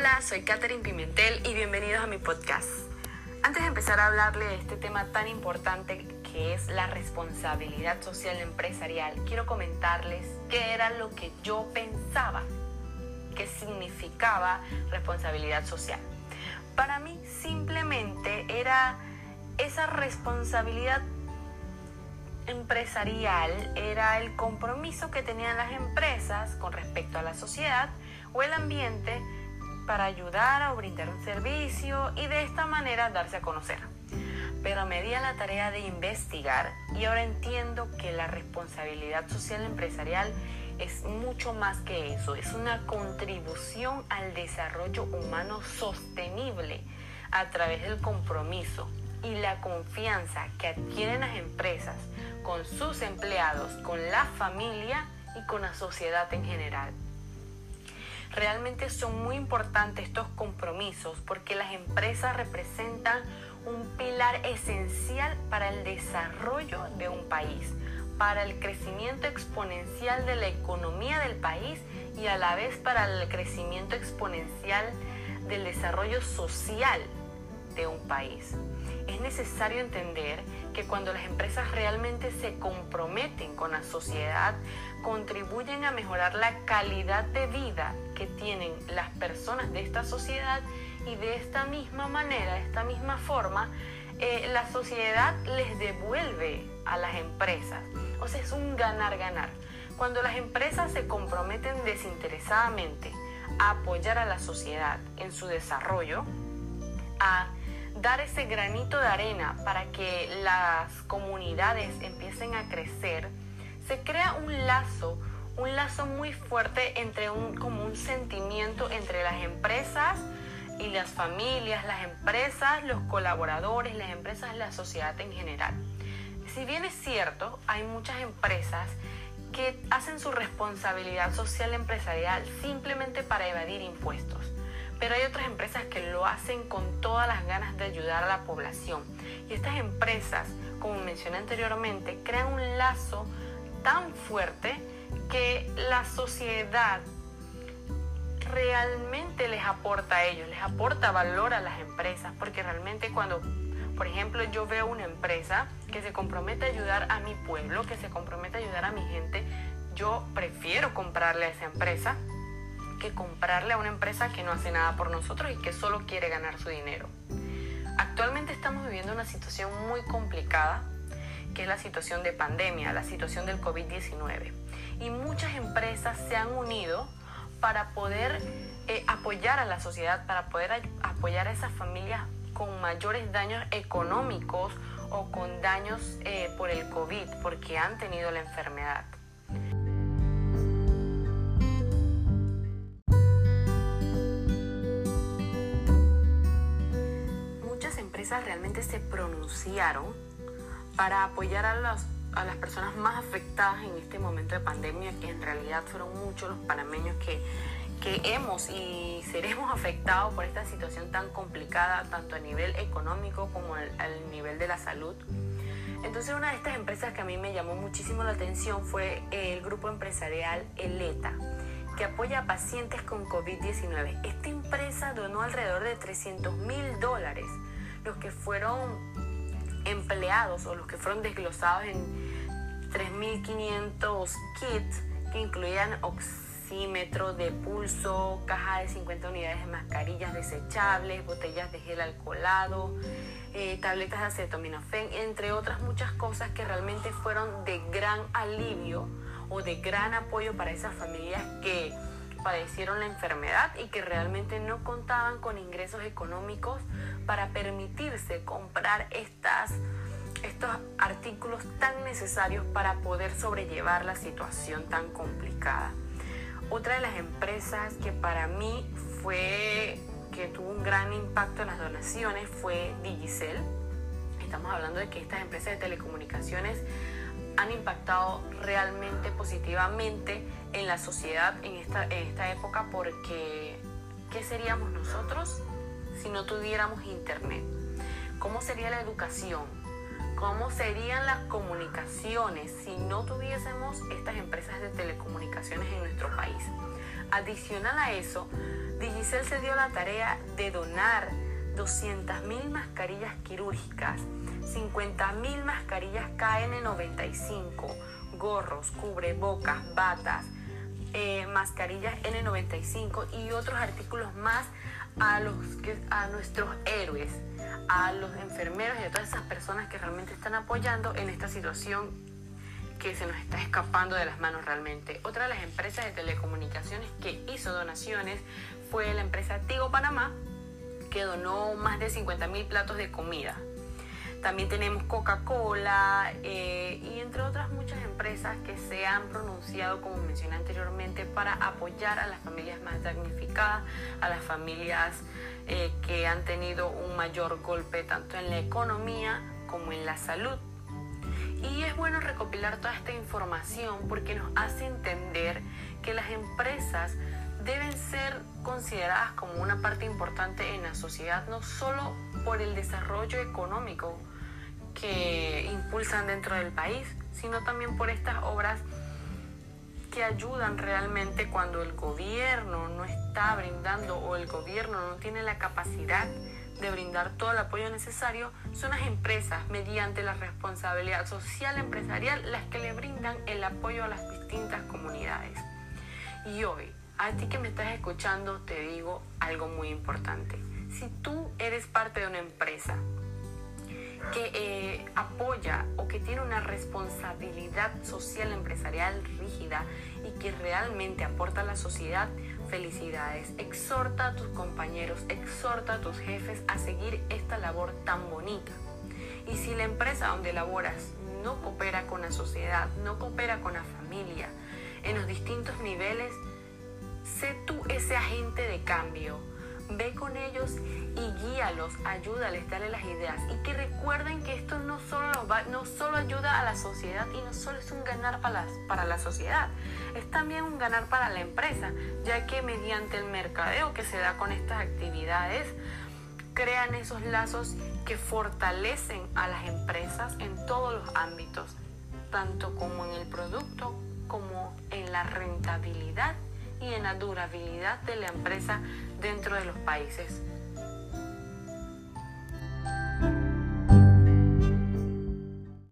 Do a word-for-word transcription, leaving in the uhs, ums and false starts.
Hola, soy Katherine Pimentel y bienvenidos a mi podcast. Antes de empezar a hablarle de este tema tan importante que es la responsabilidad social empresarial, quiero comentarles qué era lo que yo pensaba que significaba responsabilidad social. Para mí simplemente era esa responsabilidad empresarial, era el compromiso que tenían las empresas con respecto a la sociedad o el ambiente para ayudar o brindar un servicio y de esta manera darse a conocer. Pero me di a la tarea de investigar y ahora entiendo que la responsabilidad social empresarial es mucho más que eso, es una contribución al desarrollo humano sostenible a través del compromiso y la confianza que adquieren las empresas con sus empleados, con la familia y con la sociedad en general. Realmente son muy importantes estos compromisos porque las empresas representan un pilar esencial para el desarrollo de un país, para el crecimiento exponencial de la economía del país y a la vez para el crecimiento exponencial del desarrollo social de un país. Es necesario entender que cuando las empresas realmente se comprometen con la sociedad, contribuyen a mejorar la calidad de vida que tienen las personas de esta sociedad y de esta misma manera, de esta misma forma, eh, la sociedad les devuelve a las empresas. O sea, es un ganar-ganar. Cuando las empresas se comprometen desinteresadamente a apoyar a la sociedad en su desarrollo, a dar ese granito de arena para que las comunidades empiecen a crecer, se crea un lazo, un lazo muy fuerte entre un, como un sentimiento entre las empresas y las familias, las empresas, los colaboradores, las empresas, la sociedad en general. Si bien es cierto, hay muchas empresas que hacen su responsabilidad social empresarial simplemente para evadir impuestos. Pero hay otras empresas que lo hacen con todas las ganas de ayudar a la población. Y estas empresas, como mencioné anteriormente, crean un lazo tan fuerte que la sociedad realmente les aporta a ellos, les aporta valor a las empresas. Porque realmente cuando, por ejemplo, yo veo una empresa que se compromete a ayudar a mi pueblo, que se compromete a ayudar a mi gente, yo prefiero comprarle a esa empresa que comprarle a una empresa que no hace nada por nosotros y que solo quiere ganar su dinero. Actualmente estamos viviendo una situación muy complicada, que es la situación de pandemia, la situación del covid diecinueve. Y muchas empresas se han unido para poder eh, apoyar a la sociedad, para poder a- apoyar a esas familias con mayores daños económicos o con daños eh, por el COVID, porque han tenido la enfermedad. Realmente se pronunciaron para apoyar a, los, a las personas más afectadas en este momento de pandemia, que en realidad fueron muchos los panameños que, que hemos y seremos afectados por esta situación tan complicada, tanto a nivel económico como al, al nivel de la salud. Entonces, una de estas empresas que a mí me llamó muchísimo la atención fue el grupo empresarial ELETA, que apoya a pacientes con covid diecinueve. Esta empresa donó alrededor de trescientos mil dólares, los que fueron empleados o los que fueron desglosados en tres mil quinientos kits que incluían oxímetro de pulso, caja de cincuenta unidades de mascarillas desechables, botellas de gel alcoholado, eh, tabletas de acetaminofén, entre otras muchas cosas que realmente fueron de gran alivio o de gran apoyo para esas familias que padecieron la enfermedad y que realmente no contaban con ingresos económicos para permitirse comprar estas, estos artículos tan necesarios para poder sobrellevar la situación tan complicada. Otra de las empresas que para mí fue, que tuvo un gran impacto en las donaciones fue Digicel. Estamos hablando de que estas empresas de telecomunicaciones han impactado realmente positivamente en la sociedad en esta, en esta época, porque ¿qué seríamos nosotros si no tuviéramos internet? ¿Cómo sería la educación? cómo serían las comunicaciones si no tuviésemos estas empresas de telecomunicaciones en nuestro país. Adicional a eso, Digicel se dio la tarea de donar doscientas mil mascarillas quirúrgicas, cincuenta mil mascarillas K N noventa y cinco, gorros, cubrebocas, batas, eh, mascarillas N noventa y cinco y otros artículos más a, los que, a nuestros héroes, a los enfermeros y a todas esas personas que realmente están apoyando en esta situación que se nos está escapando de las manos realmente. Otra de las empresas de telecomunicaciones que hizo donaciones fue la empresa Tigo Panamá, que donó más de cincuenta mil platos de comida. También tenemos Coca-Cola eh, y entre otras muchas empresas que se han pronunciado, como mencioné anteriormente, para apoyar a las familias más damnificadas, a las familias eh, que han tenido un mayor golpe tanto en la economía como en la salud. Y es bueno recopilar toda esta información porque nos hace entender que las empresas deben ser consideradas como una parte importante en la sociedad, no solo por el desarrollo económico que impulsan dentro del país, sino también por estas obras que ayudan realmente cuando el gobierno no está brindando o el gobierno no tiene la capacidad de brindar todo el apoyo necesario. Son las empresas, mediante la responsabilidad social empresarial, las que le brindan el apoyo a las distintas comunidades. Y hoy, a ti que me estás escuchando, te digo algo muy importante. Si tú eres parte de una empresa que eh, apoya o que tiene una responsabilidad social empresarial rígida y que realmente aporta a la sociedad, felicidades. Exhorta a tus compañeros, exhorta a tus jefes a seguir esta labor tan bonita. Y si la empresa donde laboras no coopera con la sociedad, no coopera con la familia, en los distintos niveles, sé tú ese agente de cambio. Ve con ellos y guíalos, ayúdales, dale las ideas. Y que recuerden que esto no solo, va, no solo ayuda a la sociedad y no solo es un ganar para la, para la sociedad, es también un ganar para la empresa, ya que mediante el mercadeo que se da con estas actividades, crean esos lazos que fortalecen a las empresas en todos los ámbitos, tanto como en el producto, como en la rentabilidad y en la durabilidad de la empresa dentro de los países.